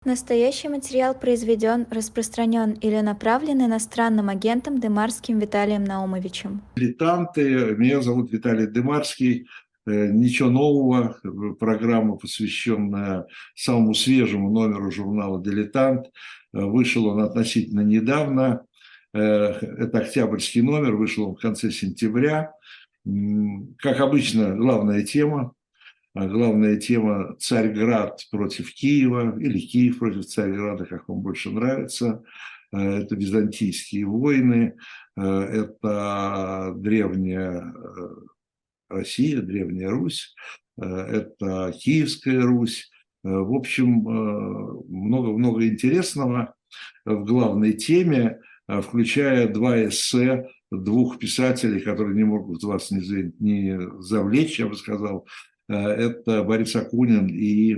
Настоящий материал произведен, распространен или направлен иностранным агентом Демарским Виталием Наумовичем. Дилетанты. Меня зовут Виталий Демарский. Ничего нового. Программа, посвященная самому свежему номеру журнала «Дилетант». Вышел он относительно недавно. Это октябрьский номер, вышел он в конце сентября. Как обычно, главная тема. Главная тема «Царьград против Киева» или «Киев против Царьграда», как вам больше нравится. Это византийские войны, это древняя Россия, древняя Русь, это Киевская Русь. В общем, много-много интересного в главной теме, включая два эссе двух писателей, которые не могут вас не завлечь, я бы сказал. Это Борис Акунин и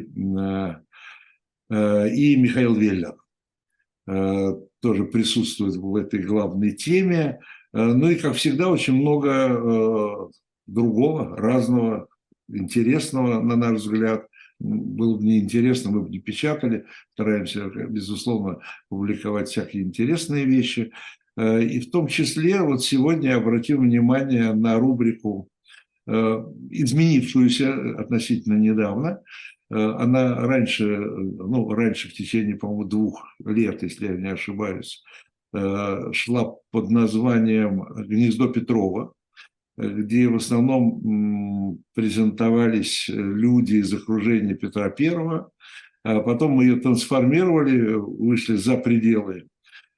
Михаил Веллер. Тоже присутствуют в этой главной теме. Ну и, как всегда, очень много другого, разного, интересного, на наш взгляд. Было бы неинтересно, мы бы не печатали. Стараемся, безусловно, публиковать всякие интересные вещи. И в том числе вот сегодня я обратил внимание на рубрику, изменившуюся относительно недавно. Она раньше в течение, по-моему, 2 лет, если я не ошибаюсь, шла под названием «Гнездо Петрова», где в основном презентовались люди из окружения Петра I. А потом мы ее трансформировали, вышли за пределы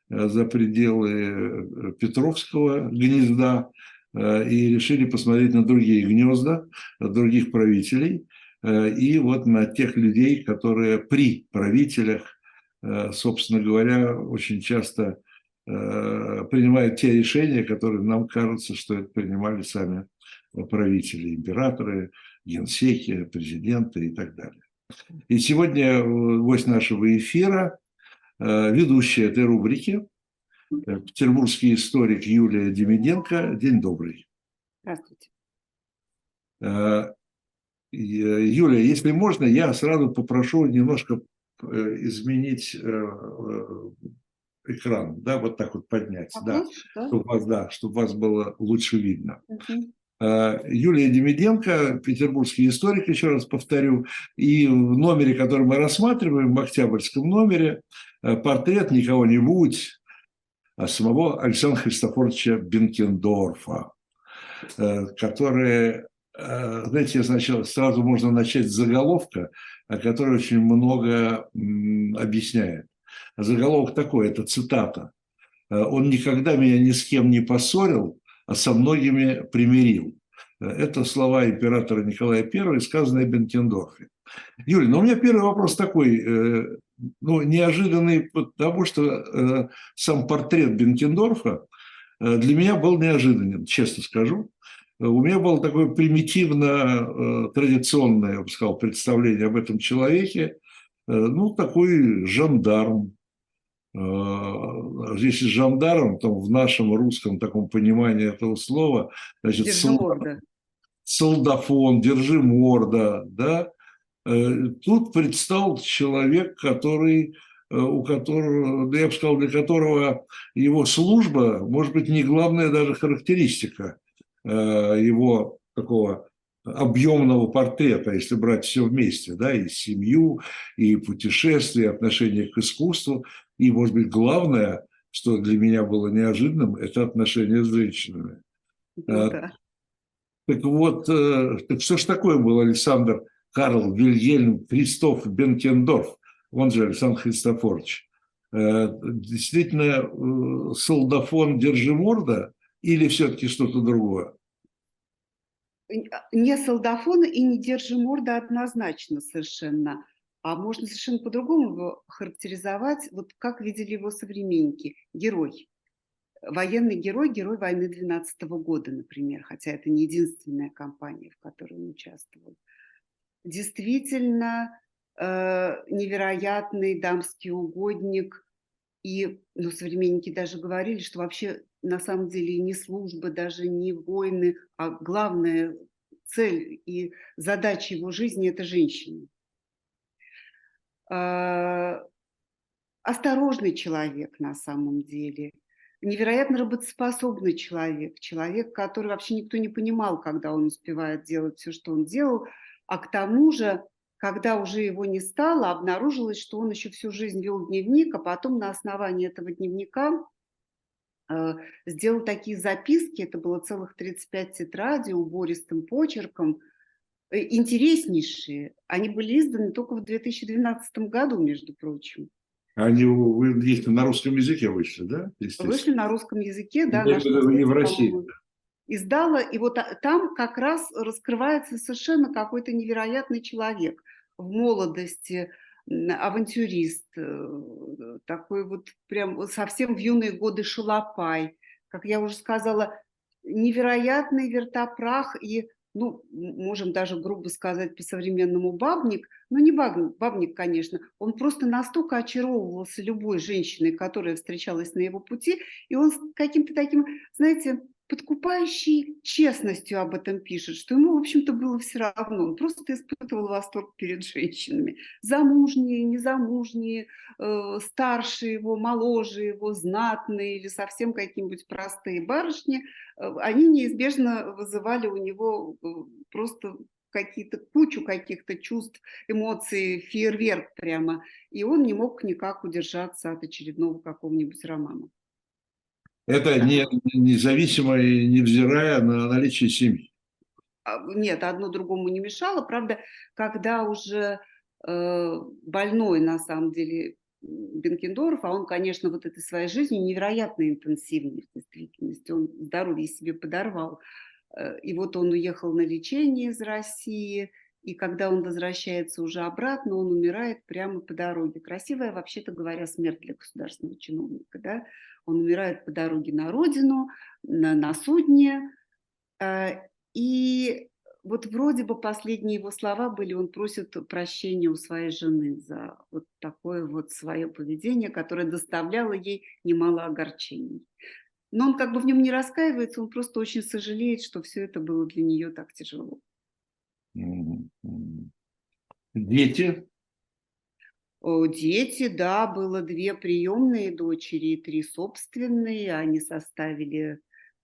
Петровского гнезда и решили посмотреть на другие гнезда, других правителей, и вот на тех людей, которые при правителях, собственно говоря, очень часто принимают те решения, которые нам кажется, что это принимали сами правители, императоры, генсеки, президенты и так далее. И сегодня гость нашего эфира, ведущая этой рубрики, петербургский историк Юлия Демиденко. День добрый. Здравствуйте. Юлия, если можно, я сразу попрошу немножко изменить экран, да, вот так вот поднять, да, чтобы вас было лучше видно. Юлия Демиденко, петербургский историк, еще раз повторю, и в номере, который мы рассматриваем, в октябрьском номере, портрет не кого-нибудь, а самого Александра Христофоровича Бенкендорфа, который, знаете, сразу можно начать с заголовка, который очень много объясняет. Заголовок такой, это цитата: «Он никогда меня ни с кем не поссорил, а со многими примирил». Это слова императора Николая I, сказанные о Бенкендорфе. Юлия, у меня первый вопрос такой, неожиданный, потому что сам портрет Бенкендорфа для меня был неожиданен, честно скажу. У меня было такое примитивно-традиционное, я бы сказал, представление об этом человеке. Такой жандарм. Если жандарм, то в нашем русском таком понимании этого слова, значит, солдафон, держиморда, да. Тут предстал человек, у которого, я бы сказал, для которого его служба, может быть, не главная даже характеристика его такого объемного портрета, если брать все вместе, да, и семью, и путешествия, и отношение к искусству, и, может быть, главное, что для меня было неожиданным, это отношения с женщинами. Да. Так вот, так что ж такое был Александр Карл Вильгельм Кристоф Бенкендорф, он же Александр Христофорович? Действительно, солдафон держиморда или все-таки что-то другое? Не солдафон и не держиморда однозначно совершенно. А можно совершенно по-другому его характеризовать, вот как видели его современники. Герой. Военный герой, герой войны 12 года, например, хотя это не единственная кампания, в которой он участвовал. Действительно невероятный дамский угодник. И современники даже говорили, что вообще на самом деле не служба, даже не войны, а главная цель и задача его жизни – это женщина. осторожный человек на самом деле, невероятно работоспособный человек, человек, который вообще никто не понимал, когда он успевает делать все, что он делал, а к тому же, когда уже его не стало, обнаружилось, что он еще всю жизнь вел дневник, а потом на основании этого дневника сделал такие записки, это было целых 35 тетрадей убористым почерком, интереснейшие. Они были изданы только в 2012 году, между прочим. Они есть на русском языке вышли, да? Вышли на русском языке, да. Не в России. Издала, и вот там как раз раскрывается совершенно какой-то невероятный человек. В молодости авантюрист, такой вот прям совсем в юные годы шалопай. Как я уже сказала, невероятный вертопрах и, ну, можем даже грубо сказать по-современному бабник, но не бабник, конечно, он просто настолько очаровывался любой женщиной, которая встречалась на его пути, и он с каким-то таким, знаете, подкупающей честностью об этом пишет, что ему, в общем-то, было все равно. Он просто испытывал восторг перед женщинами. Замужние, незамужние, старше его, моложе его, знатные или совсем какие-нибудь простые барышни, они неизбежно вызывали у него просто какие-то кучу каких-то чувств, эмоций, фейерверк прямо. И он не мог никак удержаться от очередного какого-нибудь романа. Это независимо и невзирая на наличие семьи. Нет, одно другому не мешало. Правда, когда уже больной, на самом деле, Бенкендорф, а он, конечно, вот этой своей жизнью невероятно интенсивный в действительности, он здоровье себе подорвал. И вот он уехал на лечение из России, и когда он возвращается уже обратно, он умирает прямо по дороге. Красивая, вообще-то говоря, смерть для государственного чиновника, да? Он умирает по дороге на родину, на судне. И вот вроде бы последние его слова были, он просит прощения у своей жены за вот такое вот свое поведение, которое доставляло ей немало огорчений. Но он как бы в нем не раскаивается, он просто очень сожалеет, что все это было для нее так тяжело. Дети? Дети, да, было 2 приемные дочери и 3 собственные. Они составили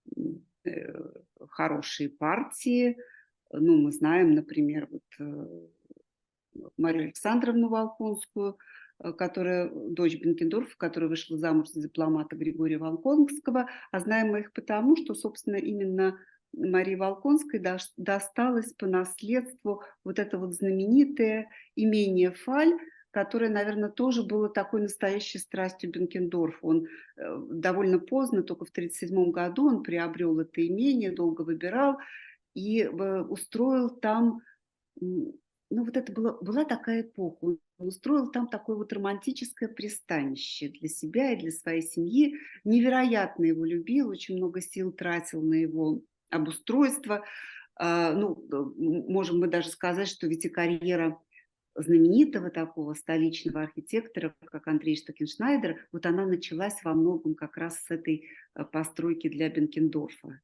хорошие партии. Ну, мы знаем, например, вот Марию Александровну Волконскую, которая дочь Бенкендорфа, которая вышла замуж за дипломата Григория Волконского. А знаем мы их потому, что, собственно, именно Марии Волконской досталось по наследству вот это вот знаменитое имение Фаль, которое, наверное, тоже было такой настоящей страстью Бенкендорфа. Он довольно поздно, только в 1937 году, он приобрел это имение, долго выбирал и устроил там, ну вот это была такая эпоха, он устроил там такое вот романтическое пристанище для себя и для своей семьи, невероятно его любил, очень много сил тратил на его обустройство. Ну, можем мы даже сказать, что ведь и карьера знаменитого такого столичного архитектора, как Андрей Штокеншнайдер, вот она началась во многом как раз с этой постройки для Бенкендорфа.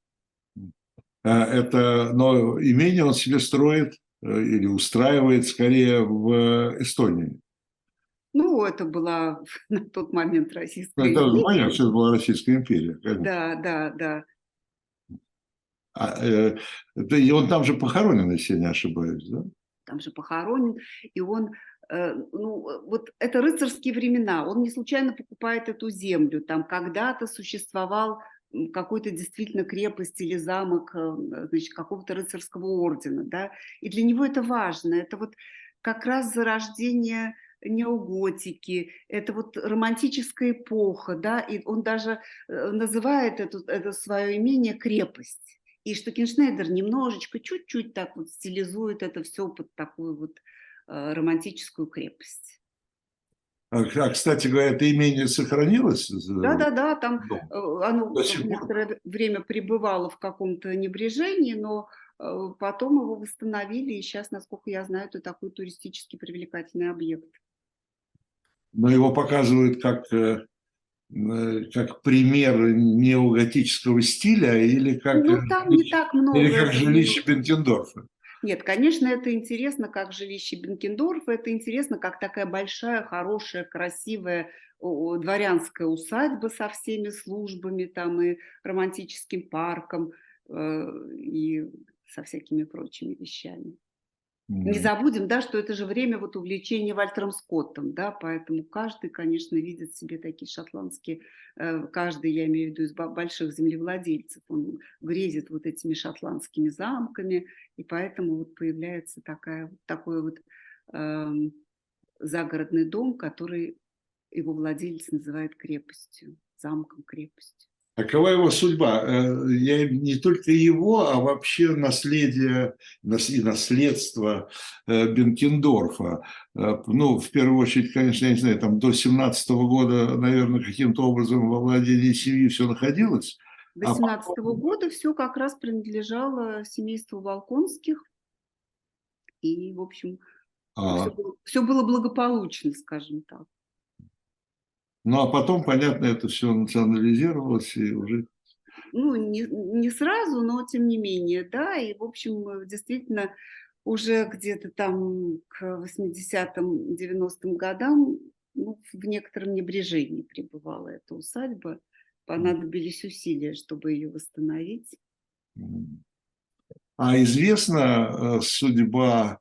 Но имение он себе строит или устраивает скорее в Эстонии. Ну, это была на тот момент Российская империя. Это понятно, что это была Российская империя. Конечно. Да. И он там же похоронен, если я не ошибаюсь, да? Там же похоронен, и он, ну, вот это рыцарские времена, он не случайно покупает эту землю, там когда-то существовал какой-то действительно крепость или замок, значит, какого-то рыцарского ордена, да, и для него это важно, это вот как раз зарождение неоготики, это вот романтическая эпоха, да, и он даже называет это свое имение крепость. И Штокеншнайдер немножечко, чуть-чуть так вот стилизует это все под такую вот романтическую крепость. Кстати говоря, это имение сохранилось? Да, там оно некоторое время пребывало в каком-то небрежении, но потом его восстановили, и сейчас, насколько я знаю, это такой туристически привлекательный объект. Но его показывают как пример неоготического стиля или как, ну, там не так много или как жилище Бенкендорфа? Нет, конечно, это интересно, как жилище Бенкендорфа, это интересно, как такая большая, хорошая, красивая дворянская усадьба со всеми службами там и романтическим парком и со всякими прочими вещами. Не забудем, да, что это же время вот увлечения Вальтером Скоттом, да, поэтому каждый, конечно, видит себе такие шотландские, каждый, я имею в виду из больших землевладельцев, он грезит вот этими шотландскими замками, и поэтому вот появляется такой вот загородный дом, который его владелец называет крепостью, замком-крепостью. Какова его судьба? Я не только его, а вообще наследие и наследство Бенкендорфа. Ну, в первую очередь, конечно, я не знаю, там до 17-го года, наверное, каким-то образом во владении семьи все находилось. До 17-го года все как раз принадлежало семейству Волконских. И, в общем, все было благополучно, скажем так. Ну, а потом, понятно, это все национализировалось и уже... Ну, не сразу, но тем не менее, да. И, в общем, действительно, уже где-то там к 80-м, 90-м годам ну, в некотором небрежении пребывала эта усадьба. Понадобились усилия, чтобы ее восстановить. А известна судьба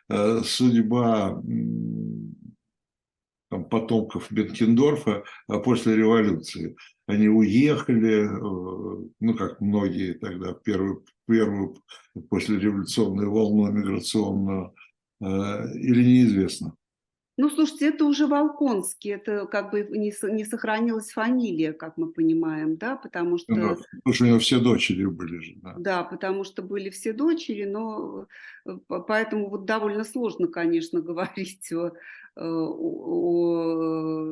там, потомков Бенкендорфа после революции? Они уехали, ну, как многие тогда, первую послереволюционную волну миграционную, или неизвестно? Ну, слушайте, это уже Волконский, это как бы не сохранилась фамилия, как мы понимаем, да, потому что... Ну, потому что у него все дочери были же, да. Да, потому что были все дочери, но поэтому вот довольно сложно, конечно, говорить о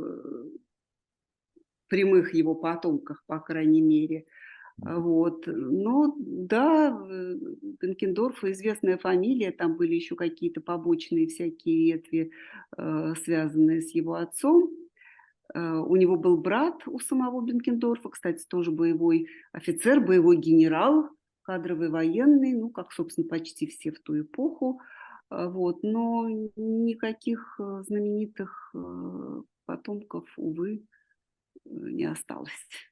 прямых его потомках, по крайней мере. Вот. Но да, Бенкендорф известная фамилия, там были еще какие-то побочные всякие ветви, связанные с его отцом. У него был брат у самого Бенкендорфа, кстати, тоже боевой офицер, боевой генерал, кадровый военный, ну, как, собственно, почти все в ту эпоху. Вот. Но никаких знаменитых потомков, увы, не осталось.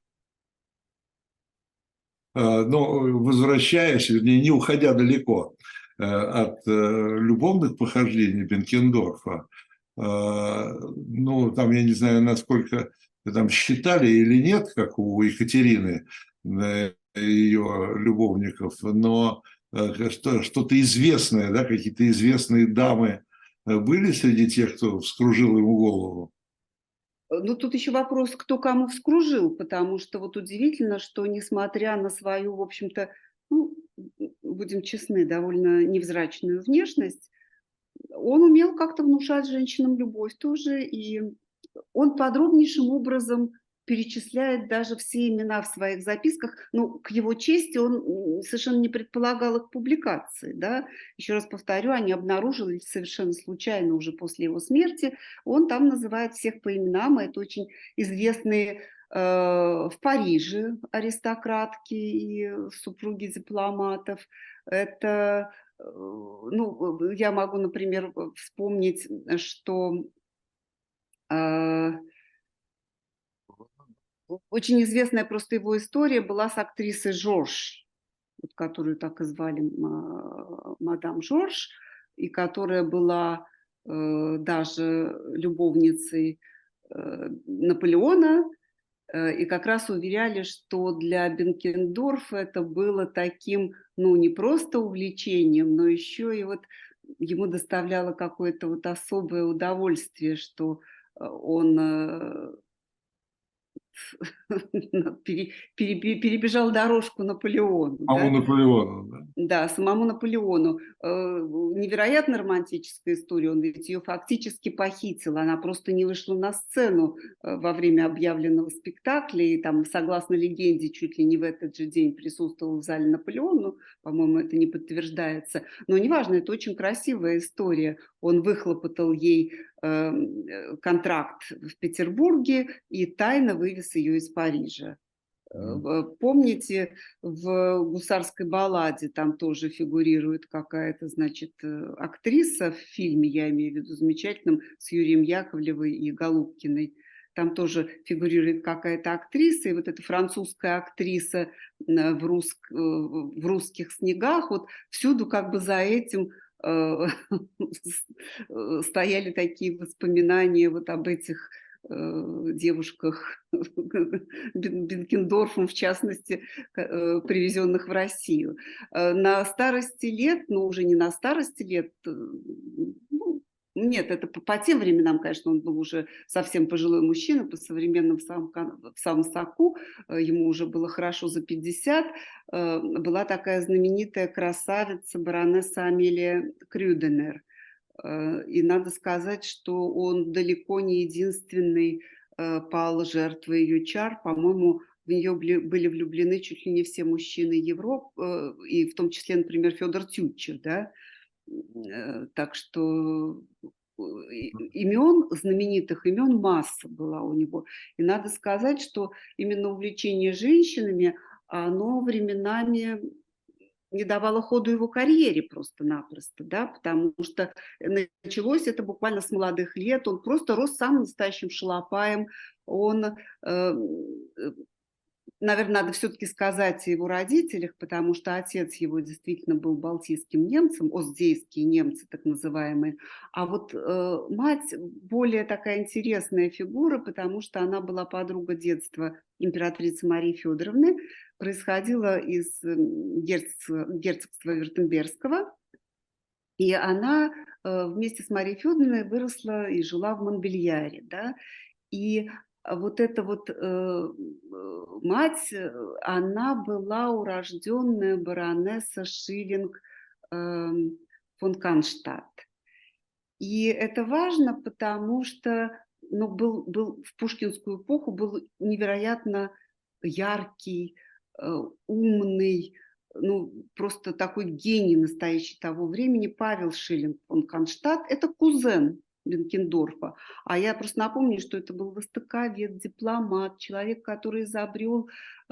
Но возвращаясь, вернее, не уходя далеко от любовных похождений Бенкендорфа, ну, там, я не знаю, насколько там считали или нет, как у Екатерины, ее любовников, но что-то известное, да, какие-то известные дамы были среди тех, кто вскружил ему голову? Ну, тут еще вопрос, кто кому вскружил, потому что вот удивительно, что несмотря на свою, в общем-то, ну, будем честны, довольно невзрачную внешность, он умел как-то внушать женщинам любовь тоже, и он подробнейшим образом перечисляет даже все имена в своих записках. Ну, к его чести, он совершенно не предполагал их публикации. Да? Еще раз повторю, они обнаружились совершенно случайно уже после его смерти. Он там называет всех по именам. Это очень известные в Париже аристократки и супруги дипломатов. Это, ну, я могу, например, вспомнить, что очень известная просто его история была с актрисой Жорж, вот, которую так и звали мадам Жорж, и которая была даже любовницей Наполеона, и как раз уверяли, что для Бенкендорфа это было таким, ну, не просто увлечением, но еще и вот ему доставляло какое-то вот особое удовольствие, что он перебежал дорожку Наполеону. А у Да? Наполеона, да. Да, самому Наполеону. Невероятно романтическая история, он ведь ее фактически похитил, она просто не вышла на сцену во время объявленного спектакля, и там, согласно легенде, чуть ли не в этот же день присутствовал в зале Наполеон, ну, по-моему, это не подтверждается, но неважно, это очень красивая история. Он выхлопотал ей контракт в Петербурге и тайно вывез ее из Парижа. Помните, в «Гусарской балладе» там тоже фигурирует какая-то, значит, актриса в фильме, я имею в виду замечательном, с Юрием Яковлевой и Голубкиной. Там тоже фигурирует какая-то актриса, и вот эта французская актриса в «Русских снегах», вот всюду как бы за этим стояли такие воспоминания вот об этих девушках Бенкендорфом, в частности, привезенных в Россию. На старости лет, но уже не на старости лет, ну, нет, это по тем временам, конечно, он был уже совсем пожилой мужчина, по современным в самом соку, ему уже было хорошо за 50, была такая знаменитая красавица баронесса Амелия Крюденер. И надо сказать, что он далеко не единственный пал жертвой ее чар. По-моему, в нее были влюблены чуть ли не все мужчины Европы, и в том числе, например, Федор Тютчев, да. Так что имен, знаменитых имен масса была у него. И надо сказать, что именно увлечение женщинами, оно временами не давало ходу его карьере просто-напросто, да, потому что началось это буквально с молодых лет, он просто рос самым настоящим шалопаем, он наверное, надо все-таки сказать о его родителях, потому что отец его действительно был балтийским немцем, оздейские немцы так называемые, а вот мать более такая интересная фигура, потому что она была подруга детства императрицы Марии Федоровны, происходила из герцогства Вюртембергского, и она вместе с Марией Федоровной выросла и жила в Монбельяре, да, и вот эта вот мать, она была урожденная баронесса Шиллинг фон Канштадт. И это важно, потому что ну, был в пушкинскую эпоху был невероятно яркий, умный, ну, просто такой гений настоящий того времени Павел Шиллинг фон Канштадт. Это кузен Бенкендорфа. А я просто напомню, что это был востоковед, дипломат, человек, который изобрел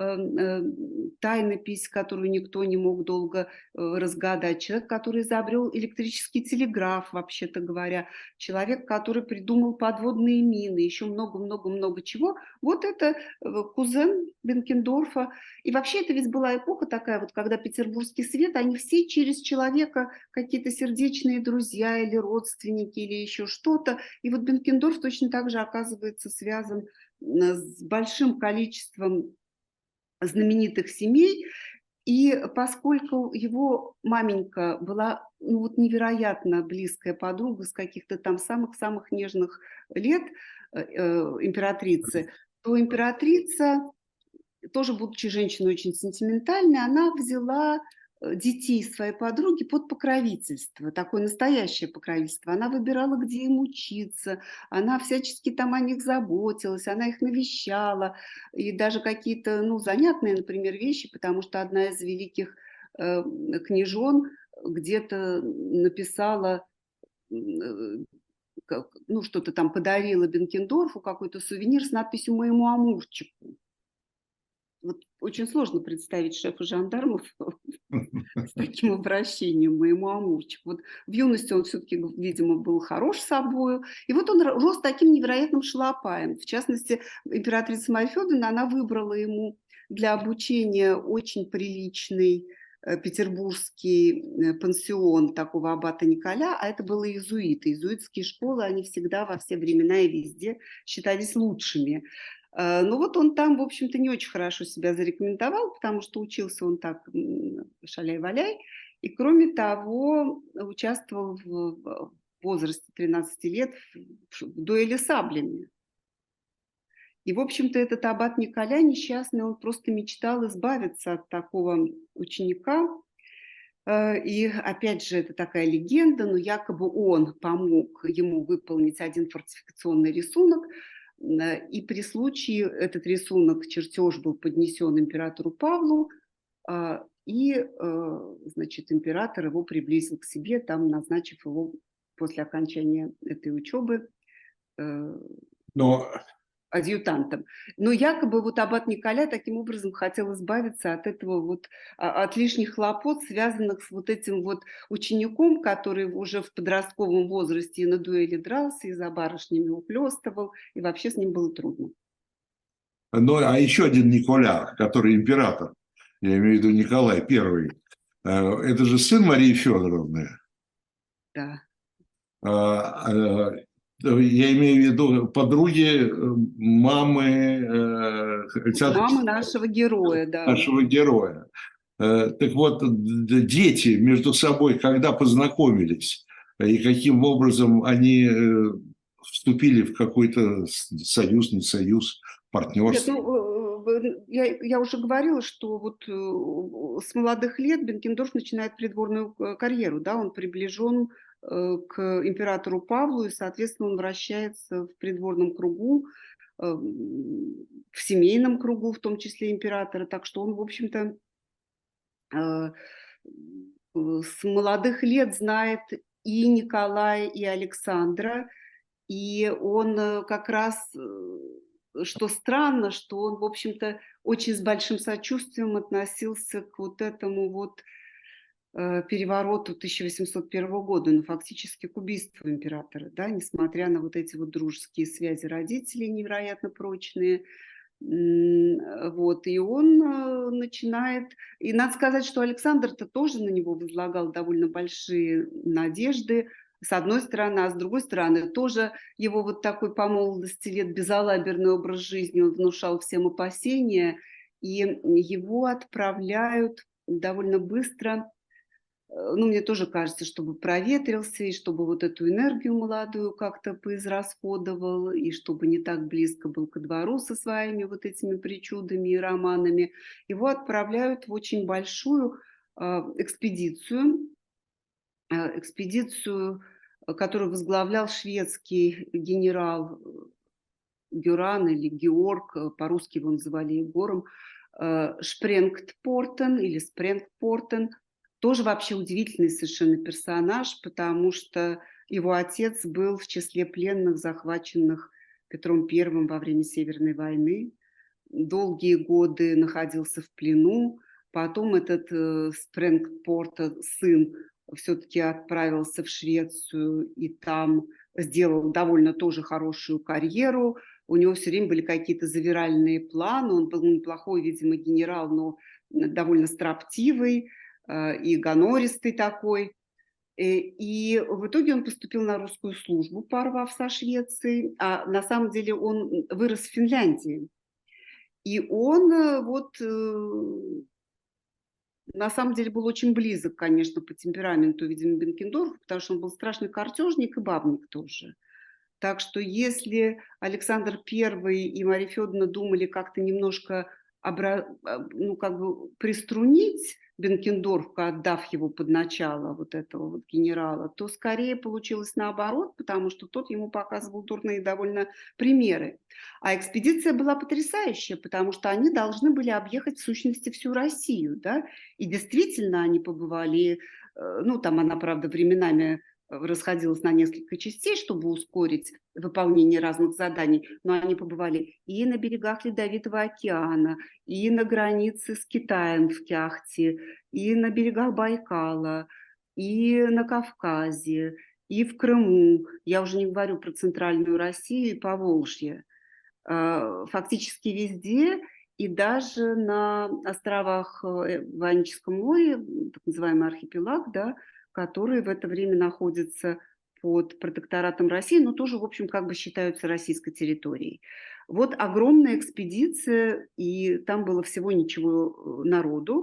тайнопись, которую никто не мог долго разгадать, человек, который изобрел электрический телеграф, вообще-то говоря, человек, который придумал подводные мины, еще много-много-много чего. Вот это кузен Бенкендорфа. И вообще это ведь была эпоха такая, вот когда петербургский свет, они все через человека какие-то сердечные друзья или родственники или еще что-то. И вот Бенкендорф точно так же оказывается связан с большим количеством знаменитых семей. И поскольку его маменька была ну, вот невероятно близкая подруга с каких-то там самых-самых нежных лет императрицы, то императрица, тоже будучи женщиной очень сентиментальной, она взяла детей своей подруги под покровительство, такое настоящее покровительство. Она выбирала, где им учиться, она всячески там о них заботилась, она их навещала, и даже какие-то, ну, занятные, например, вещи, потому что одна из великих княжон где-то написала, ну, что-то там подарила Бенкендорфу, какой-то сувенир с надписью «Моему амурчику». Вот очень сложно представить шефа жандармов с таким обращением «моему амурчику». Вот в юности он все-таки, видимо, был хорош собою. И вот он рос таким невероятным шалопаем. В частности, императрица Марья Федоровна, она выбрала ему для обучения очень приличный петербургский пансион такого аббата Николя, а это были иезуиты. Иезуитские школы, они всегда во все времена и везде считались лучшими. Ну вот он там, в общем-то, не очень хорошо себя зарекомендовал, потому что учился он так шаляй-валяй. И кроме того, участвовал в возрасте 13 лет в дуэли саблями. И, в общем-то, этот аббат Николя несчастный, он просто мечтал избавиться от такого ученика. И, опять же, это такая легенда, но якобы он помог ему выполнить один фортификационный рисунок, и при случае этот рисунок, чертеж был поднесен императору Павлу, и, значит, император его приблизил к себе, там назначив его после окончания этой учебы. Но адъютантом. Но якобы вот аббат Николя таким образом хотел избавиться от этого вот, от лишних хлопот, связанных с вот этим вот учеником, который уже в подростковом возрасте и на дуэли дрался, и за барышнями ухлёстывал, и вообще с ним было трудно. Ну, а еще один Николя, который император, я имею в виду Николай I, это же сын Марии Федоровны. Да. Я имею в виду подруги мамы Мама нашего героя, да. нашего героя. Так вот, дети между собой когда познакомились и каким образом они вступили в какой-то союз, не союз, партнерство? Нет, ну, я уже говорила, что вот с молодых лет Бенкендорф начинает придворную карьеру, да, он приближен к императору Павлу, и, соответственно, он вращается в придворном кругу, в семейном кругу, в том числе императора, так что он, в общем-то, с молодых лет знает и Николая, и Александра, и он как раз, что странно, что он, в общем-то, очень с большим сочувствием относился к вот этому вот перевороту 1801 года, ну, фактически к убийству императора, да, несмотря на вот эти вот дружеские связи родителей невероятно прочные. Вот, и он начинает... И надо сказать, что Александр-то тоже на него возлагал довольно большие надежды, с одной стороны, а с другой стороны, тоже его вот такой по молодости лет безалаберный образ жизни, он внушал всем опасения, и его отправляют довольно быстро, ну, мне тоже кажется, чтобы проветрился, и чтобы вот эту энергию молодую как-то поизрасходовал, и чтобы не так близко был ко двору со своими вот этими причудами и романами. Его отправляют в очень большую экспедицию, которую возглавлял шведский генерал Гюран или Георг, по-русски его называли Егором, Шпренгтпортен или Спренгтпортен. Тоже вообще удивительный совершенно персонаж, потому что его отец был в числе пленных, захваченных Петром I во время Северной войны. Долгие годы находился в плену. Потом этот Спренгтпорта, сын, все-таки отправился в Швецию и там сделал довольно тоже хорошую карьеру. У него все время были какие-то завиральные планы. Он был неплохой, видимо, генерал, но довольно строптивый и гонористый такой. И в итоге он поступил на русскую службу, порвав со Швецией. А на самом деле он вырос в Финляндии. И он вот на самом деле был очень близок, конечно, по темпераменту, видимо, Бенкендорфу, потому что он был страшный картежник и бабник тоже. Так что если Александр I и Мария Федоровна думали как-то немножко ну, как бы приструнить Бенкендорфа, отдав его под начало вот этого вот генерала, то скорее получилось наоборот, потому что тот ему показывал дурные довольно примеры. А экспедиция была потрясающая, потому что они должны были объехать в сущности всю Россию, да, и действительно они побывали, ну, там она, правда, временами расходилась на несколько частей, чтобы ускорить выполнение разных заданий, но они побывали и на берегах Ледовитого океана, и на границе с Китаем в Кяхте, и на берегах Байкала, и на Кавказе, и в Крыму. Я уже не говорю про центральную Россию и Поволжье. Фактически везде, и даже на островах в Ионическом море, так называемый архипелаг, да, которые в это время находятся под протекторатом России, но тоже, в общем, как бы считаются российской территорией. Вот огромная экспедиция, и там было всего ничего народу.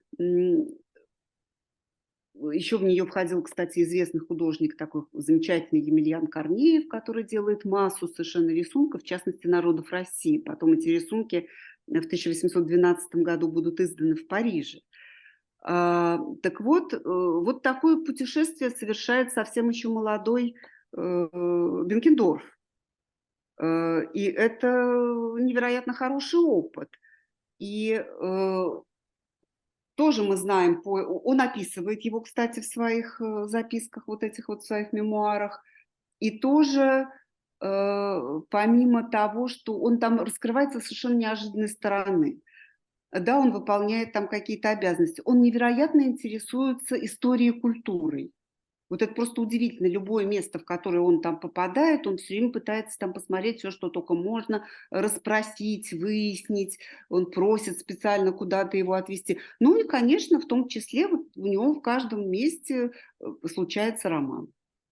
Еще в нее входил, кстати, известный художник, такой замечательный Емельян Корнеев, который делает массу совершенно рисунков, в частности, народов России. Потом эти рисунки в 1812 году будут изданы в Париже. Так вот, вот такое путешествие совершает совсем еще молодой Бенкендорф. И это невероятно хороший опыт. И тоже мы знаем, он описывает его, кстати, в своих записках, вот этих вот в своих мемуарах. И тоже помимо того, что он там раскрывается с совершенно неожиданной стороны. Да, он выполняет там какие-то обязанности. Он невероятно интересуется историей и культурой. Вот это просто удивительно. Любое место, в которое он там попадает, он все время пытается там посмотреть все, что только можно, расспросить, выяснить. Он просит специально куда-то его отвезти. Ну и, конечно, в том числе вот у него в каждом месте случается роман.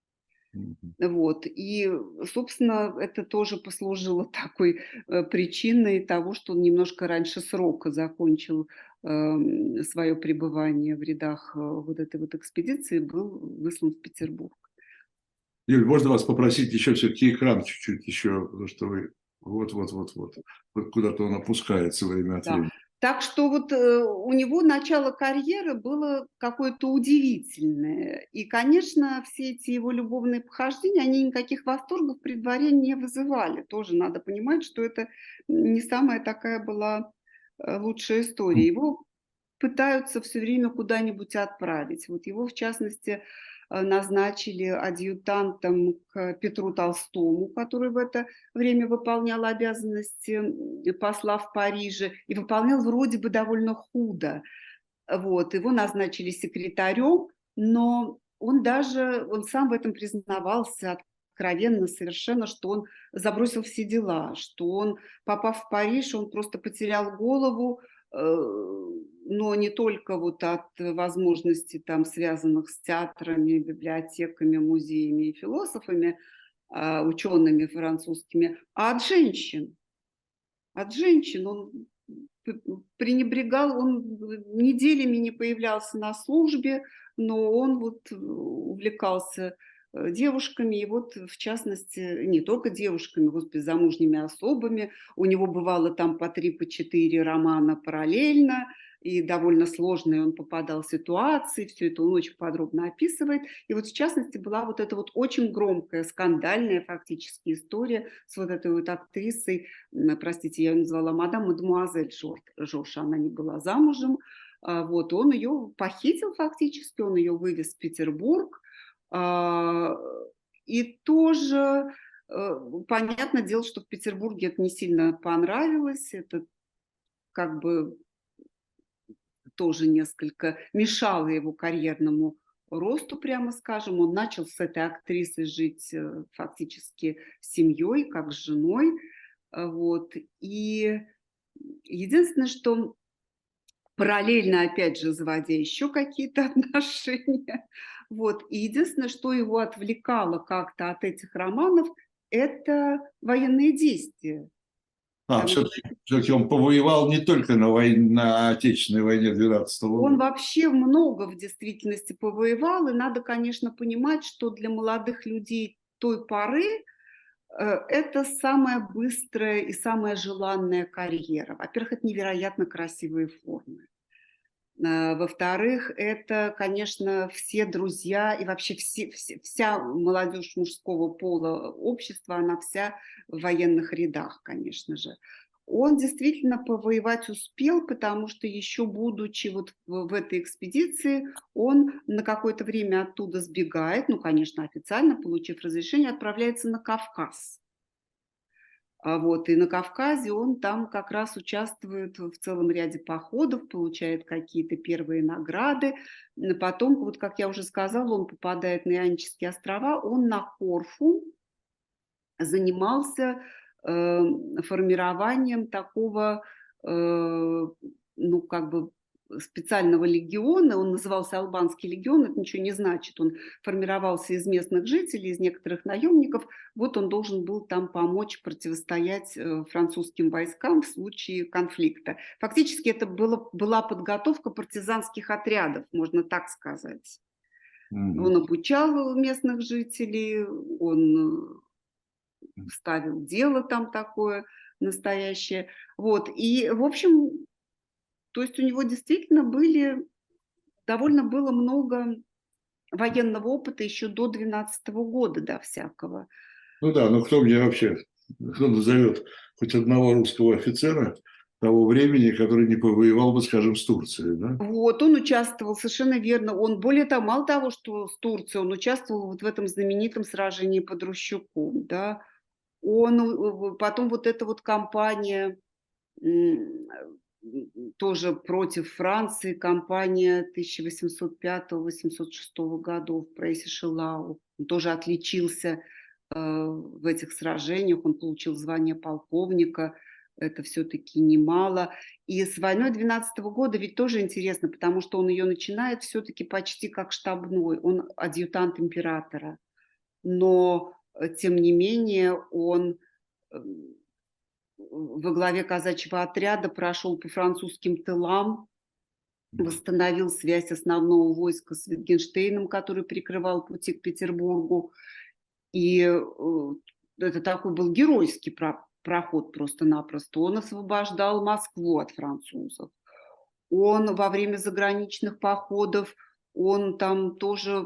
Вот. И, собственно, это тоже послужило такой причиной того, что он немножко раньше срока закончил свое пребывание в рядах вот этой вот экспедиции, был выслан в Петербург. Юль, можно вас попросить еще все-таки экран чуть-чуть еще, потому что вы вот куда-то он опускается время от времени. Так что вот у него начало карьеры было какое-то удивительное. И, конечно, все эти его любовные похождения, они никаких восторгов при дворе не вызывали. Тоже надо понимать, что это не самая такая была лучшая история. Его пытаются все время куда-нибудь отправить. Вот его, в частности, назначили адъютантом к Петру Толстому, который в это время выполнял обязанности посла в Париже и выполнял вроде бы довольно худо. Вот. Его назначили секретарем, но он сам в этом признавался откровенно совершенно, что он забросил все дела, что он, попав в Париж, он просто потерял голову, но не только вот от возможностей, там, связанных с театрами, библиотеками, музеями и философами, учеными французскими, а от женщин. От женщин он пренебрегал, он неделями не появлялся на службе, но он вот увлекался девушками, и вот в частности, не только девушками, господи, замужними особами. У него бывало там по 3, по 4 романа параллельно, и довольно сложные он попадал в ситуации, все это он очень подробно описывает. И вот в частности была вот эта вот очень громкая, скандальная фактически история с вот этой вот актрисой, простите, я ее назвала мадемуазель Жорж, она не была замужем. Вот он ее похитил фактически, он ее вывез в Петербург. И тоже понятное дело, что в Петербурге это не сильно понравилось, это как бы тоже несколько мешало его карьерному росту, прямо скажем. Он начал с этой актрисой жить фактически семьей, как с женой. Вот. И единственное, что параллельно, опять же, заводя еще какие-то отношения. Вот. И единственное, что его отвлекало как-то от этих романов, это военные действия. Все-таки он повоевал не только на Отечественной войне 12 года. Он вообще много в действительности повоевал, и надо, конечно, понимать, что для молодых людей той поры это самая быстрая и самая желанная карьера. Во-первых, это невероятно красивые формы. Во-вторых, это, конечно, все друзья и вообще вся молодежь мужского пола общества, она вся в военных рядах, конечно же. Он действительно повоевать успел, потому что еще будучи вот в этой экспедиции, он на какое-то время оттуда сбегает, ну, конечно, официально, получив разрешение, отправляется на Кавказ. Вот, и на Кавказе он там как раз участвует в целом ряде походов, получает какие-то первые награды. Потом, вот как я уже сказала, он попадает на Ионические острова, он на Корфу занимался формированием такого, ну, как бы специального легиона, он назывался Албанский легион, это ничего не значит, он формировался из местных жителей, из некоторых наемников, вот он должен был там помочь противостоять французским войскам в случае конфликта. Фактически это была подготовка партизанских отрядов, можно так сказать. Он обучал местных жителей, он ставил дело там такое настоящее. Вот. И, в общем, то есть у него действительно довольно было много военного опыта еще до 12 года, да, всякого. Ну да, но кто назовет хоть одного русского офицера того времени, который не повоевал бы, скажем, с Турцией, да? Вот, он участвовал, совершенно верно. Он, более того, мало того, что с Турцией, он участвовал вот в этом знаменитом сражении под Рущуком, да. Потом вот эта вот кампания тоже против Франции, кампания 1805-1806 годов, Прейси-Шилау. Он тоже отличился в этих сражениях, он получил звание полковника, это все-таки немало. И с войной 12 года ведь тоже интересно, потому что он ее начинает все-таки почти как штабной, он адъютант императора. Но, тем не менее, он во главе казачьего отряда прошел по французским тылам, восстановил связь основного войска с Витгенштейном, который прикрывал пути к Петербургу. И это такой был геройский проход просто-напросто. Он освобождал Москву от французов. Он во время заграничных походов, он там тоже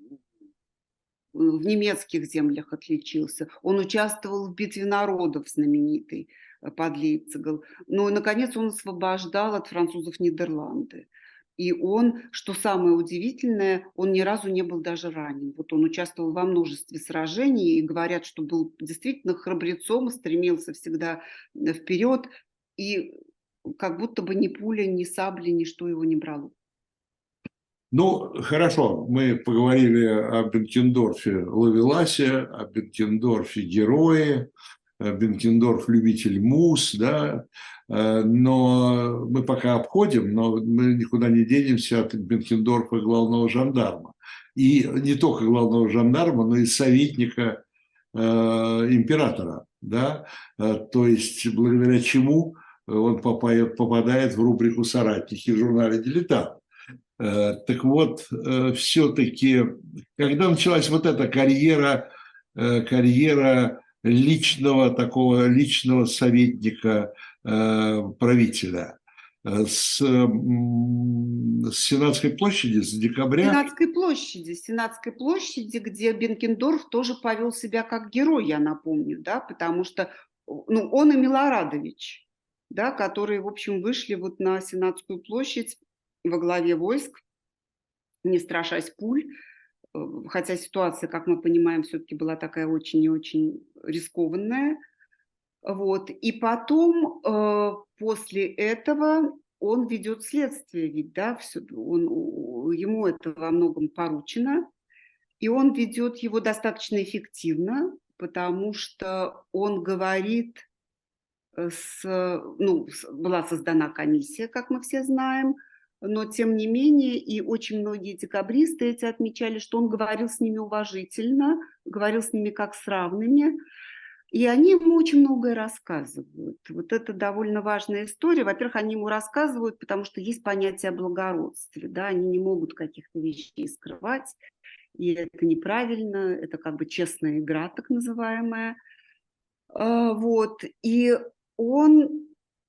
в немецких землях отличился. Он участвовал в битве народов знаменитой под Лейпцигом. Ну и, наконец, он освобождал от французов Нидерланды. И он, что самое удивительное, он ни разу не был даже ранен. Вот он участвовал во множестве сражений, и говорят, что был действительно храбрецом, стремился всегда вперед, и как будто бы ни пуля, ни сабля, ничто его не брало. Ну, хорошо, мы поговорили о Бенкендорфе Ловеласе, о Бенкендорфе герое, Бенкендорф любитель мус, да, но мы пока обходим, но мы никуда не денемся от Бенкендорфа главного жандарма. И не только главного жандарма, но и советника императора, да, то есть благодаря чему он попадает в рубрику «Соратники» в журнале «Дилетант». Так вот, все-таки, когда началась вот эта карьера личного советника правителя, с Сенатской площади, с декабря. Сенатской площади, где Бенкендорф тоже повел себя как герой, я напомню, да, потому что он и Милорадович, да, которые, в общем, вышли вот на Сенатскую площадь во главе войск, не страшась пуль, хотя ситуация, как мы понимаем, все-таки была такая очень и очень рискованная. Вот. И потом, после этого, он ведет следствие, ведь, да, ему это во многом поручено, и он ведет его достаточно эффективно, потому что он говорит, была создана комиссия, как мы все знаем, но тем не менее и очень многие декабристы эти отмечали, что он говорил с ними уважительно, говорил с ними как с равными, и они ему очень многое рассказывают. Вот это довольно важная история. Во-первых, они ему рассказывают, потому что есть понятие о благородстве, да, они не могут каких-то вещей скрывать, и это неправильно, это как бы честная игра, так называемая. Вот, и он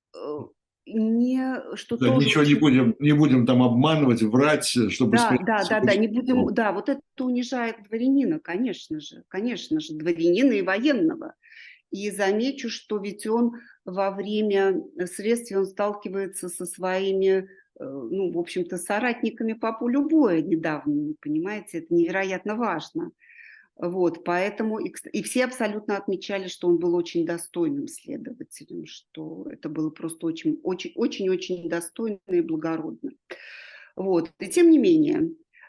что Да, тоже ничего очень... не будем там обманывать, врать, чтобы... Да, не будем, да, вот это унижает дворянина, конечно же, дворянина и военного. И замечу, что ведь он во время следствия он сталкивается со своими, в общем-то, соратниками по полю боя недавними, понимаете, это невероятно важно. Вот, поэтому и все абсолютно отмечали, что он был очень достойным следователем, что это было просто очень достойно и благородно. Вот, и тем не менее,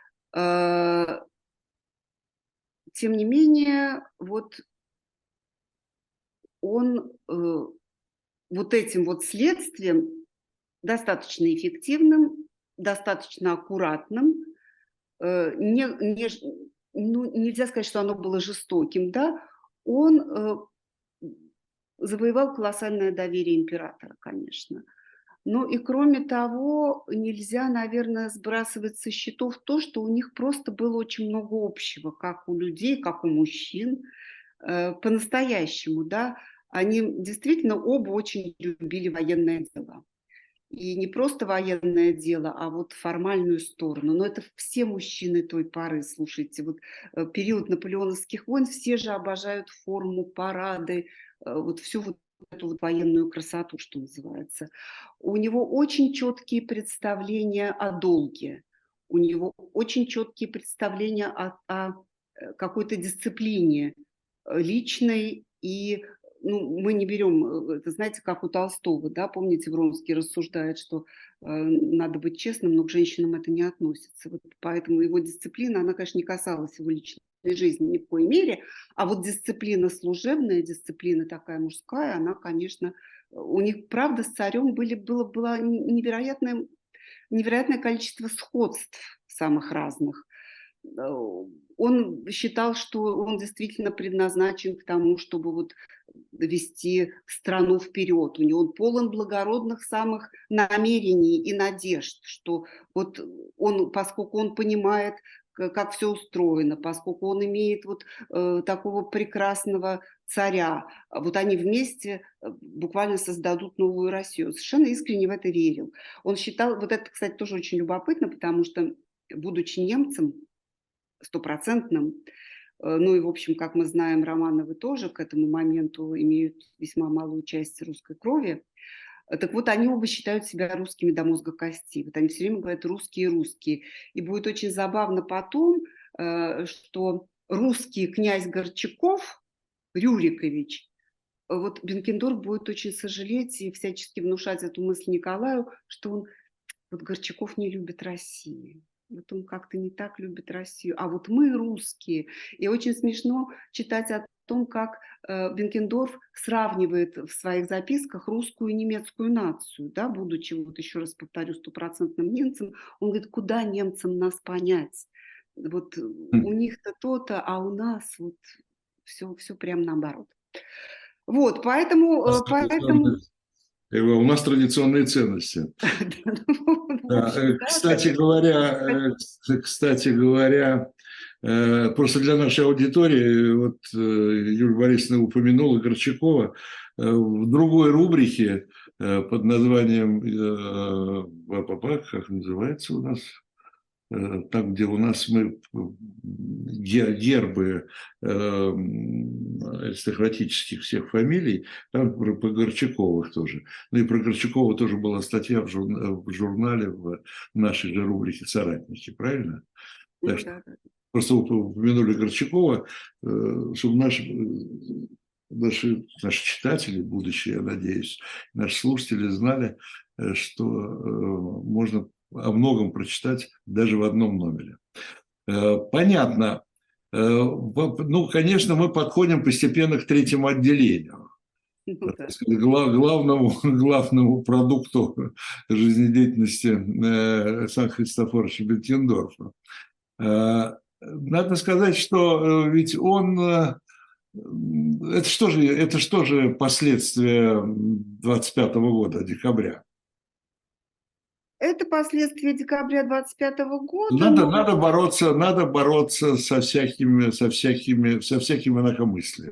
вот он вот этим вот следствием достаточно эффективным, достаточно аккуратным, нельзя сказать, что оно было жестоким, да, он завоевал колоссальное доверие императора, конечно. Ну и кроме того, нельзя, наверное, сбрасывать со счетов то, что у них просто было очень много общего, как у людей, как у мужчин, по-настоящему, да. Они действительно оба очень любили военное дело. И не просто военное дело, а вот формальную сторону. Но это все мужчины той поры, слушайте. Вот период наполеоновских войн, все же обожают форму, парады, вот всю вот эту вот военную красоту, что называется. У него очень четкие представления о долге. У него очень четкие представления о какой-то дисциплине личной И ну, мы не берем, это знаете, как у Толстого, да, помните, Вронский рассуждает, что надо быть честным, но к женщинам это не относится. Вот поэтому его дисциплина, она, конечно, не касалась его личной жизни ни в коей мере, а вот дисциплина служебная, дисциплина такая мужская, она, конечно, у них, правда, с царем было невероятное количество сходств самых разных. Он считал, что он действительно предназначен к тому, чтобы вот вести страну вперед. У него он полон благородных самых намерений и надежд, что вот он, поскольку он понимает, как все устроено, поскольку он имеет вот такого прекрасного царя, вот они вместе буквально создадут новую Россию. Совершенно искренне в это верил. Он считал, вот это, кстати, тоже очень любопытно, потому что, будучи немцем, стопроцентным. Ну и, в общем, как мы знаем, Романовы тоже к этому моменту имеют весьма малую часть русской крови. Так вот, они оба считают себя русскими до мозга костей. Вот они все время говорят «русские, русские». И будет очень забавно потом, что русский князь Горчаков, Рюрикович, вот Бенкендорф будет очень сожалеть и всячески внушать эту мысль Николаю, что он, вот Горчаков не любит Россию. Вот он как-то не так любит Россию. А вот мы русские. И очень смешно читать о том, как Бенкендорф сравнивает в своих записках русскую и немецкую нацию, да, будучи, вот еще раз повторю, стопроцентным немцем. Он говорит, куда немцам нас понять? Вот у них-то то-то, а у нас вот все прям наоборот. Вот, поэтому У нас традиционные ценности. Кстати говоря, просто для нашей аудитории, вот Юлия Борисовна упомянула Горчакова, в другой рубрике под названием, как называется у нас, там, где у нас мы гербы аристократических всех фамилий, там про Горчаковых тоже. Ну и про Горчакова тоже была статья в журнале, в нашей же рубрике «Соратники», правильно? Так что просто упомянули Горчакова, чтобы наши читатели, будущие, я надеюсь, наши слушатели знали, что можно о многом прочитать даже в одном номере. Понятно. Ну, конечно, мы подходим постепенно к третьему отделению. Главному продукту жизнедеятельности Александра Христофоровича Бенкендорфа. Надо сказать, что ведь он... Это что же последствия 25-го года, декабря? Это последствия декабря 25 года. Надо бороться со всяким инакомыслием.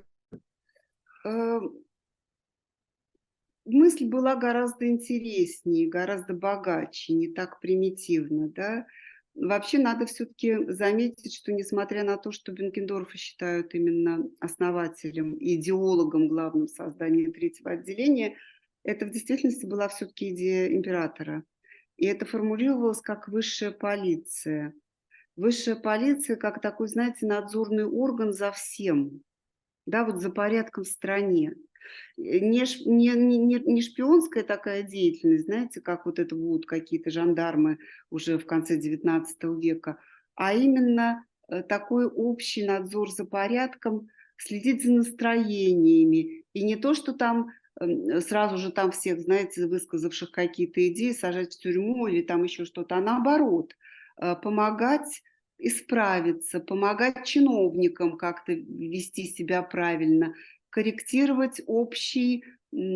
Мысль была гораздо интереснее, гораздо богаче, не так примитивно, да. Вообще надо все-таки заметить, что несмотря на то, что Бенкендорфа считают именно основателем и идеологом главным создания третьего отделения, это в действительности была все-таки идея императора. И это формулировалось как высшая полиция. Высшая полиция как такой, знаете, надзорный орган за всем, да, вот за порядком в стране. Не шпионская такая деятельность, знаете, как вот это будут какие-то жандармы уже в конце XIX века, а именно такой общий надзор за порядком, следить за настроениями. И не то, что там сразу же там всех, знаете, высказавших какие-то идеи сажать в тюрьму или там еще что-то, а наоборот, помогать исправиться, помогать чиновникам как-то вести себя правильно, корректировать общий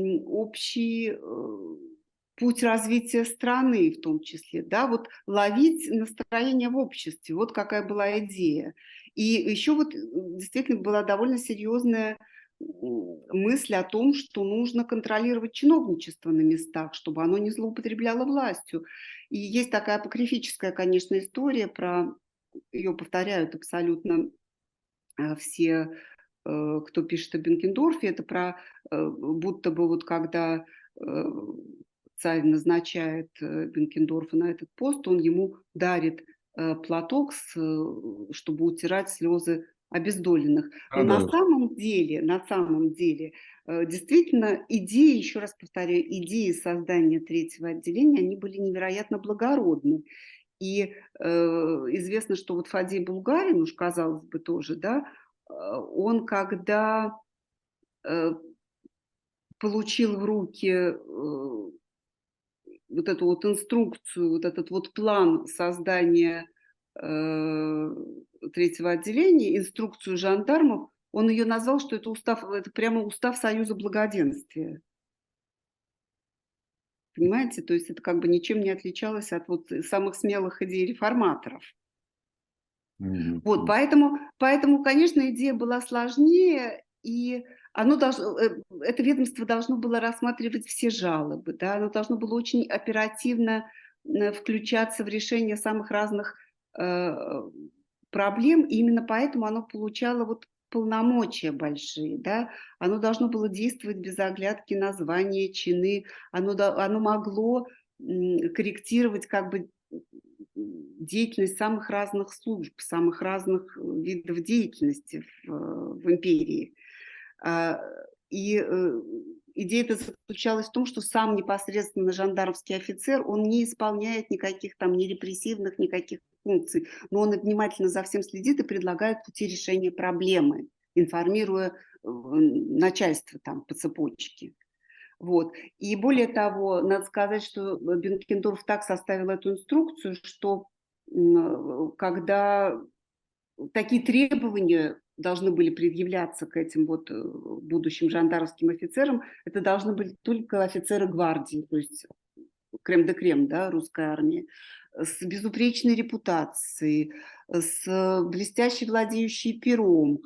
путь развития страны в том числе, да, вот ловить настроение в обществе, вот какая была идея. И еще вот действительно была довольно серьезная мысль о том, что нужно контролировать чиновничество на местах, чтобы оно не злоупотребляло властью. И есть такая апокрифическая, конечно, история про, ее повторяют абсолютно все, кто пишет о Бенкендорфе, это про будто бы вот когда царь назначает Бенкендорфа на этот пост, он ему дарит платок, чтобы утирать слезы обездоленных. Но Да. на самом деле, действительно, идеи, еще раз повторяю, идеи создания третьего отделения, они были невероятно благородны. И известно, что вот Фадей Булгарин, уж казалось бы тоже, да, он когда получил в руки вот эту вот инструкцию, вот этот вот план создания третьего отделения, инструкцию жандармов, он ее назвал, что это прямо устав Союза Благоденствия. Понимаете? То есть это как бы ничем не отличалось от вот самых смелых идей реформаторов. Вот, поэтому, конечно, идея была сложнее, и это ведомство должно было рассматривать все жалобы, да, оно должно было очень оперативно включаться в решение самых разных проблем, и именно поэтому оно получало вот полномочия большие, да, оно должно было действовать без оглядки на звания, чины, оно могло корректировать как бы деятельность самых разных служб, самых разных видов деятельности в империи. И идея эта заключалась в том, что сам непосредственно жандармский офицер, он не исполняет никаких там ни репрессивных, никаких функций, но он внимательно за всем следит и предлагает пути решения проблемы, информируя начальство там по цепочке. Вот. И более того, надо сказать, что Бенкендорф так составил эту инструкцию, что когда такие требования должны были предъявляться к этим вот будущим жандармским офицерам, это должны были только офицеры гвардии, то есть крем-де-крем, да, русской армии, с безупречной репутацией, с блестяще владеющей пером,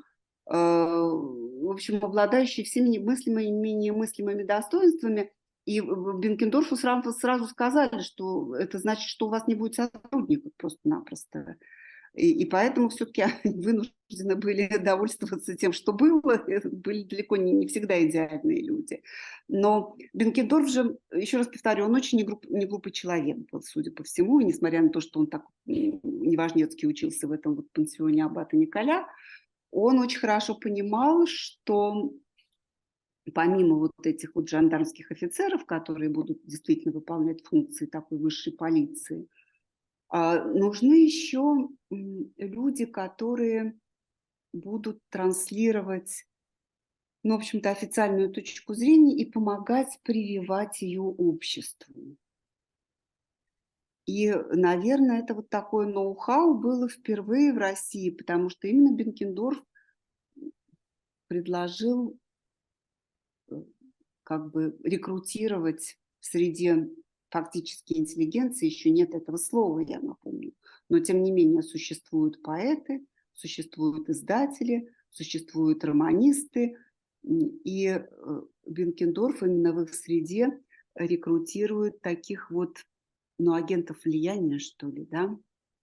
в общем, обладающий всеми мыслимыми и менее мыслимыми достоинствами. И Бенкендорфу сразу сказали, что это значит, что у вас не будет сотрудников просто-напросто. И поэтому все-таки они вынуждены были довольствоваться тем, что было. Это были далеко не всегда идеальные люди. Но Бенкендорф же, еще раз повторю, он очень не глупый человек был, судя по всему. И несмотря на то, что он так неважнецки учился в этом вот пансионе аббата Николя, он очень хорошо понимал, что помимо вот этих вот жандармских офицеров, которые будут действительно выполнять функции такой высшей полиции, нужны еще люди, которые будут транслировать, ну, в общем-то, официальную точку зрения и помогать прививать ее обществу. И, наверное, это вот такое ноу-хау было впервые в России, потому что именно Бенкендорф предложил как бы рекрутировать среди фактически интеллигенции, еще нет этого слова, я напомню, но тем не менее существуют поэты, существуют издатели, существуют романисты, и Бенкендорф именно в их среде рекрутирует таких вот, ну, агентов влияния, что ли, да,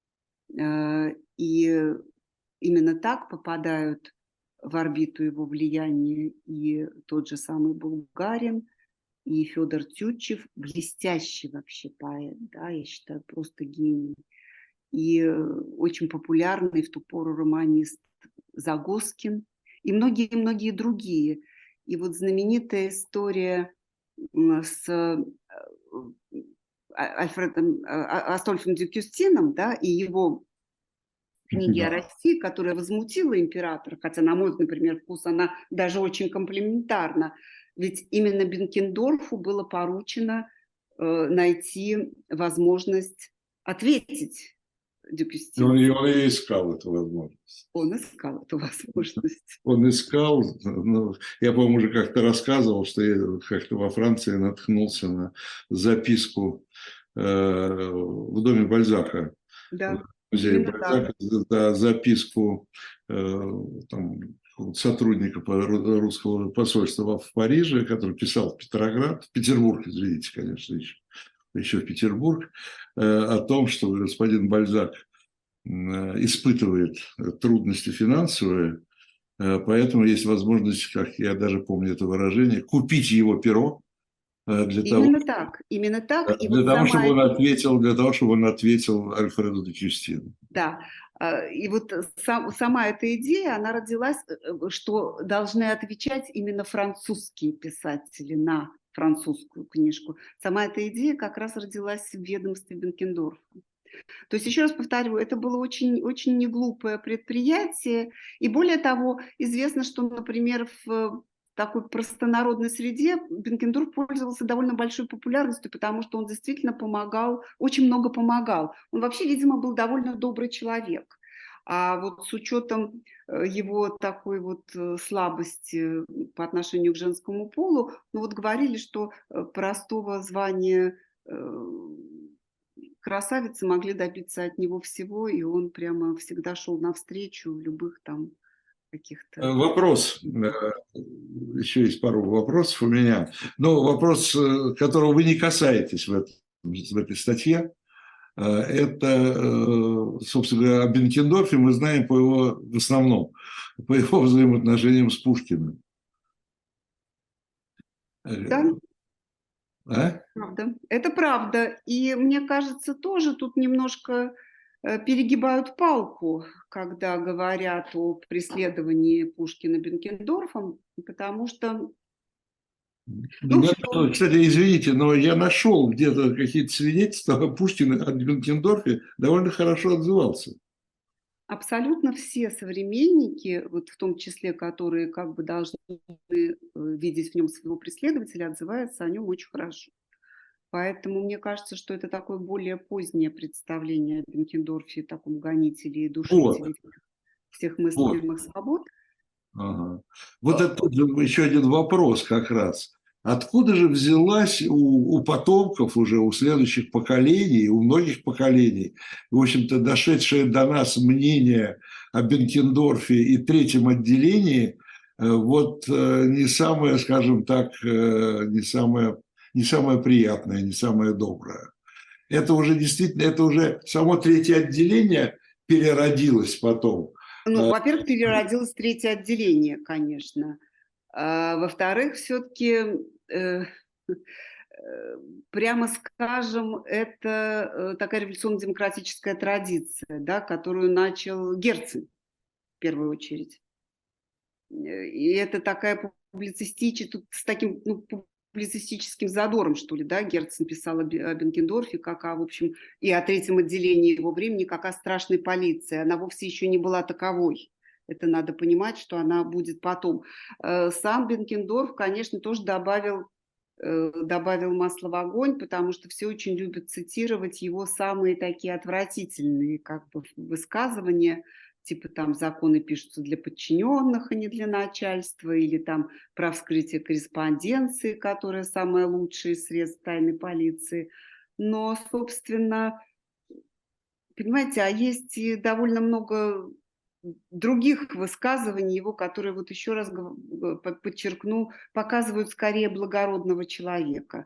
и именно так попадают в орбиту его влияния и тот же самый Булгарин, и Федор Тютчев, блестящий вообще поэт, да, я считаю, просто гений, и очень популярный в ту пору романист Загоскин, и многие-многие другие. И вот знаменитая история с Астольфом Дюкюстином, да, и его книги о России, которая возмутила императора, хотя, на мой, например, вкус, она даже очень комплиментарна. Ведь именно Бенкендорфу было поручено найти возможность ответить Дюкюстину. И он и искал эту возможность. Он искал эту возможность. Он искал, ну, я, по-моему, уже как-то рассказывал, что я как-то во Франции наткнулся на записку в доме Бальзака. Да, В музее Бальзака, да, записку там, сотрудника русского посольства в Париже, который писал в Петербург, извините, конечно, еще в Петербург, о том, что господин Бальзак испытывает трудности финансовые, поэтому есть возможность, как я даже помню это выражение, купить его перо именно так. Для того, чтобы он ответил Альфреду де Кюстину. Да. И вот сама эта идея, она родилась, что должны отвечать именно французские писатели на французскую книжку. Сама эта идея как раз родилась в ведомстве Бенкендорфа. То есть, еще раз повторю, это было очень, очень неглупое предприятие. И более того, известно, что, например, в такой простонародной среде Бенкендорф пользовался довольно большой популярностью, потому что он действительно помогал, очень много помогал. Он вообще, видимо, был довольно добрый человек. А вот с учетом его такой вот слабости по отношению к женскому полу, ну вот говорили, что простого звания красавицы могли добиться от него всего, и он прямо всегда шел навстречу в любых там каких-то... Вопрос, еще есть пару вопросов у меня, но вопрос, которого вы не касаетесь в этой статье, это, собственно говоря, о Бенкендорфе мы знаем в основном, по его взаимоотношениям с Пушкиным. Да, А? правда. Это правда. И мне кажется, тоже тут немножко перегибают палку, когда говорят о преследовании Пушкина Бенкендорфом, потому что... Ну, что... Кстати, извините, но я нашел где-то какие-то свидетельства, Пушкин о Бенкендорфе довольно хорошо отзывался. Абсолютно все современники, вот в том числе, которые как бы должны видеть в нем своего преследователя, отзываются о нем очень хорошо. Поэтому мне кажется, что это такое более позднее представление о Бенкендорфе, таком гонителе и душителе всех мыслимых свобод. Ага. Вот это еще один вопрос как раз. Откуда же взялась у потомков уже, у следующих поколений, у многих поколений, в общем-то, дошедшее до нас мнение о Бенкендорфе и третьем отделении, вот не самое, скажем так, не самое приятное, не самое доброе. Это уже действительно, это уже само третье отделение переродилось потом. Ну, во-первых, переродилось третье отделение, конечно. Во-вторых, все-таки, прямо скажем, это такая революционно-демократическая традиция, да, которую начал Герцен в первую очередь. И это такая публицистическая, с таким публицистическим задором, что ли, да, Герцен писал о Бенкендорфе, как в общем, и о третьем отделении его времени, как о страшной полиции. Она вовсе еще не была таковой. Это надо понимать, что она будет потом. Сам Бенкендорф, конечно, тоже добавил масла в огонь, потому что все очень любят цитировать его самые такие отвратительные как бы высказывания, типа там законы пишутся для подчиненных, а не для начальства, или там про вскрытие корреспонденции, которая самая лучшая из средств тайной полиции. Но, собственно, понимаете, а есть и довольно много других высказываний его, которые, вот еще раз подчеркну, показывают скорее благородного человека.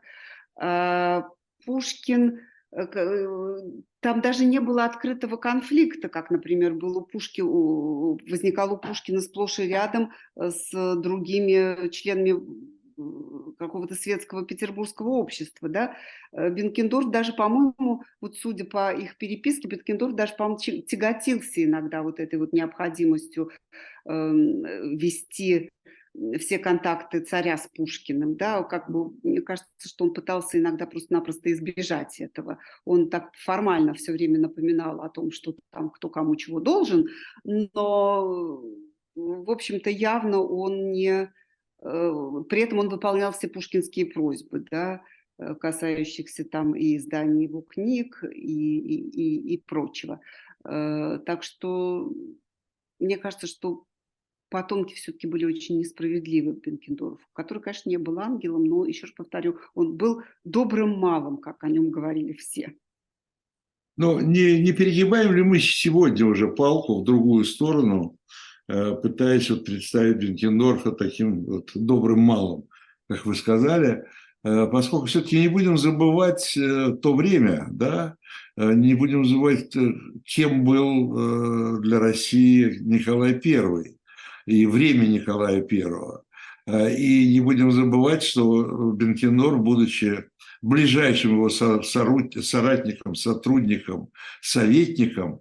Пушкин, там даже не было открытого конфликта, как, например, возникал у Пушкина сплошь и рядом с другими членами какого-то светского петербургского общества, да. Бенкендорф даже, по-моему, вот судя по их переписке, Бенкендорф даже, по-моему, тяготился иногда вот этой вот необходимостью вести все контакты царя с Пушкиным, да, как бы, мне кажется, что он пытался иногда просто-напросто избежать этого. Он так формально все время напоминал о том, что там кто кому чего должен, но, в общем-то, явно он не... При этом он выполнял все пушкинские просьбы, да, касающихся там и издания его книг и прочего. Так что мне кажется, что потомки все-таки были очень несправедливы к Бенкендорфу, который, конечно, не был ангелом, но, еще раз повторю, он был добрым малым, как о нем говорили все. Но не перегибаем ли мы сегодня уже палку в другую сторону, пытаясь вот представить Бенкендорфа таким вот добрым малым, как вы сказали, поскольку все-таки не будем забывать то время, да, не будем забывать, кем был для России Николай I и время Николая I. И не будем забывать, что Бенкендорф, будучи ближайшим его соратником, сотрудником, советником,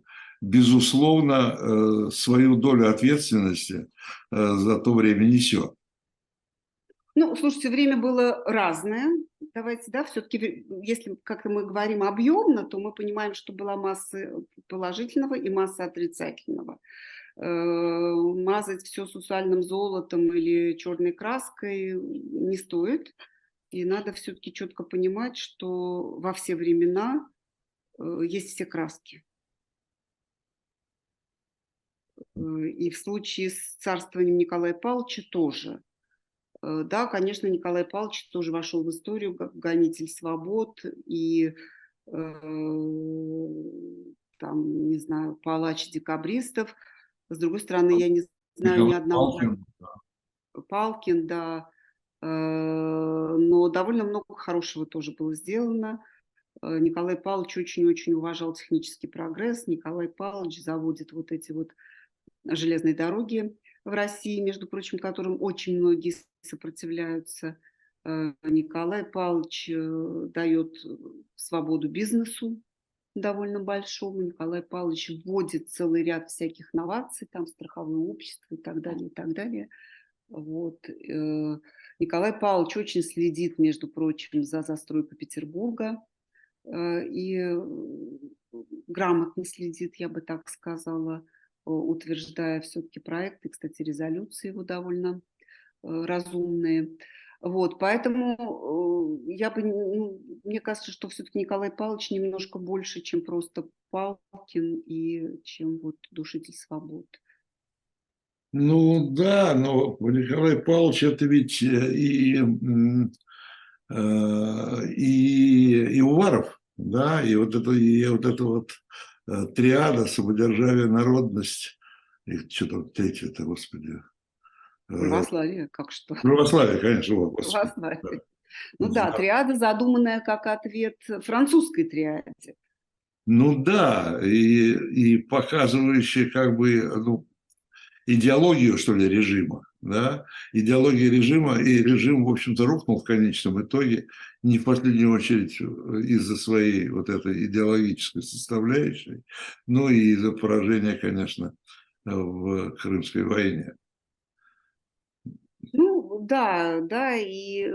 безусловно, свою долю ответственности за то время несет. Ну, слушайте, время было разное. Давайте, да, все-таки, если, как мы говорим, объемно, то мы понимаем, что была масса положительного и масса отрицательного. Мазать все сусальным золотом или черной краской не стоит. И надо все-таки четко понимать, что во все времена есть все краски. И в случае с царствованием Николая Павловича тоже. Да, конечно, Николай Павлович тоже вошел в историю как гонитель свобод и, там, не знаю, палач декабристов. С другой стороны, я не знаю ни одного... Палкин, да. Но довольно много хорошего тоже было сделано. Николай Павлович очень-очень уважал технический прогресс. Николай Павлович заводит вот эти вот железные дороги в России, между прочим, которым очень многие сопротивляются. Николай Павлович дает свободу бизнесу довольно большому. Николай Павлович вводит целый ряд всяких новаций, там страховое общество и так далее, и так далее. Вот. Николай Павлович очень следит, между прочим, за застройкой Петербурга и грамотно следит, я бы так сказала, утверждая все-таки проекты, кстати, резолюции его довольно разумные. Вот, поэтому мне кажется, что все-таки Николай Павлович немножко больше, чем просто Палкин и чем вот душитель свобод. Ну да, но Николай Павлович это ведь и Уваров, да, и вот эта вот триада самодержавие, народность, и что там третье-то, господи. Православие, как что? Православие, конечно, вот, господи. Православие. Да. Ну да, триада, задуманная как ответ французской триаде. Ну да, и показывающая как бы, ну, идеологию, что ли, режима, да, идеология режима, и режим, в общем-то, рухнул в конечном итоге, не в последнюю очередь из-за своей вот этой идеологической составляющей, но и из-за поражения, конечно, в Крымской войне. Ну, да, и,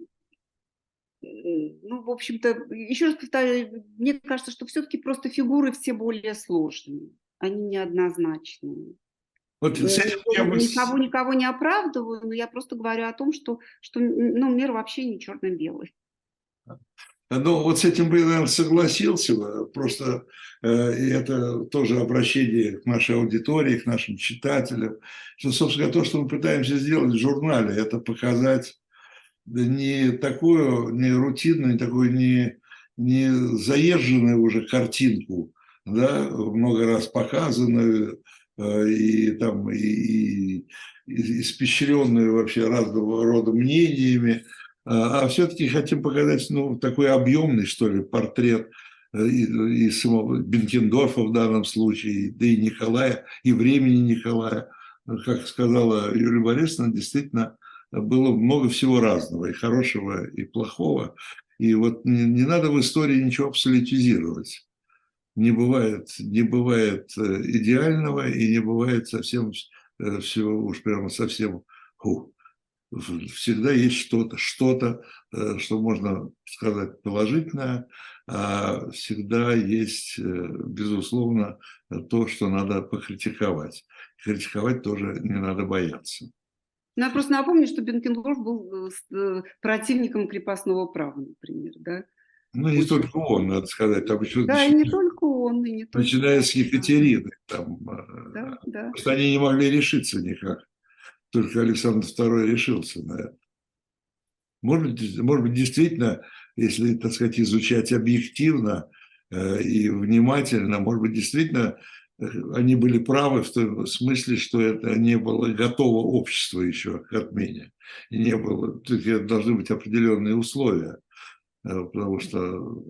ну, в общем-то, еще раз повторяю, мне кажется, что все-таки просто фигуры все более сложные, они неоднозначные. Вот с этим никого не оправдываю, но я просто говорю о том, что ну, мир вообще не черно-белый. Ну, вот с этим бы я, наверное, согласился, просто это тоже обращение к нашей аудитории, к нашим читателям, что, собственно, то, что мы пытаемся сделать в журнале, это показать не такую, не рутинную, не такую, не заезженную уже картинку, да, много раз показанную, и там и испещренную вообще разного рода мнениями, а все-таки хотим показать, ну, такой объемный, что ли, портрет и самого Бенкендорфа в данном случае, да и Николая, и времени Николая. Как сказала Юлия Борисовна, действительно было много всего разного, и хорошего, и плохого. И вот не надо в истории ничего абсолютизировать. Не бывает идеального, и не бывает совсем всего, уж прямо совсем всегда есть что-то, что можно сказать положительное, а всегда есть, безусловно, то, что надо покритиковать. Критиковать тоже не надо бояться. Ну, я просто напомню, что Бенкендорф был противником крепостного права, например, да? Ну, не только он, надо сказать. Там еще да, и не только он, и не только начиная с Екатерины. Там, да. Просто они не могли решиться никак. Только Александр II решился на это. Может быть, действительно, если, так сказать, изучать объективно и внимательно, может быть, действительно, они были правы в том смысле, что это не было готово общество еще к отмене. И не было, должны быть определенные условия. Потому что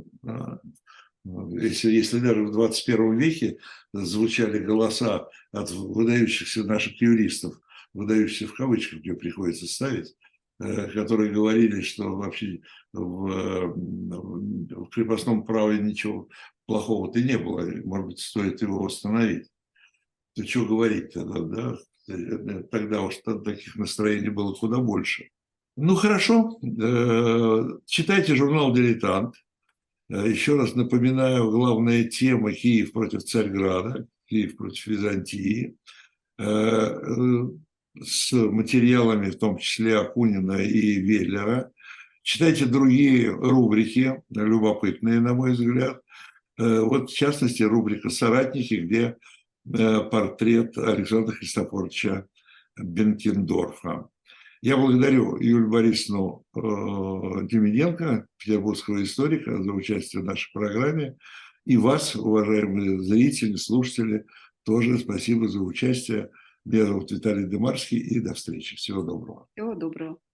если даже в 21 веке звучали голоса от выдающихся наших юристов, выдающихся в кавычках, мне приходится ставить, которые говорили, что вообще в крепостном праве ничего плохого-то не было, может быть, стоит его восстановить. То что говорить тогда, да? Тогда уж таких настроений было куда больше. Ну, хорошо, читайте журнал «Дилетант». Еще раз напоминаю, главная тема – Киев против Царьграда, Киев против Византии, с материалами, в том числе Акунина и Веллера. Читайте другие рубрики, любопытные, на мой взгляд. Вот, в частности, рубрика «Соратники», где портрет Александра Христофоровича Бенкендорфа. Я благодарю Юлию Борисовну Демиденко, петербургского историка, за участие в нашей программе. И вас, уважаемые зрители, слушатели, тоже спасибо за участие. Меня зовут Виталий Дымарский, и до встречи. Всего доброго. Всего доброго.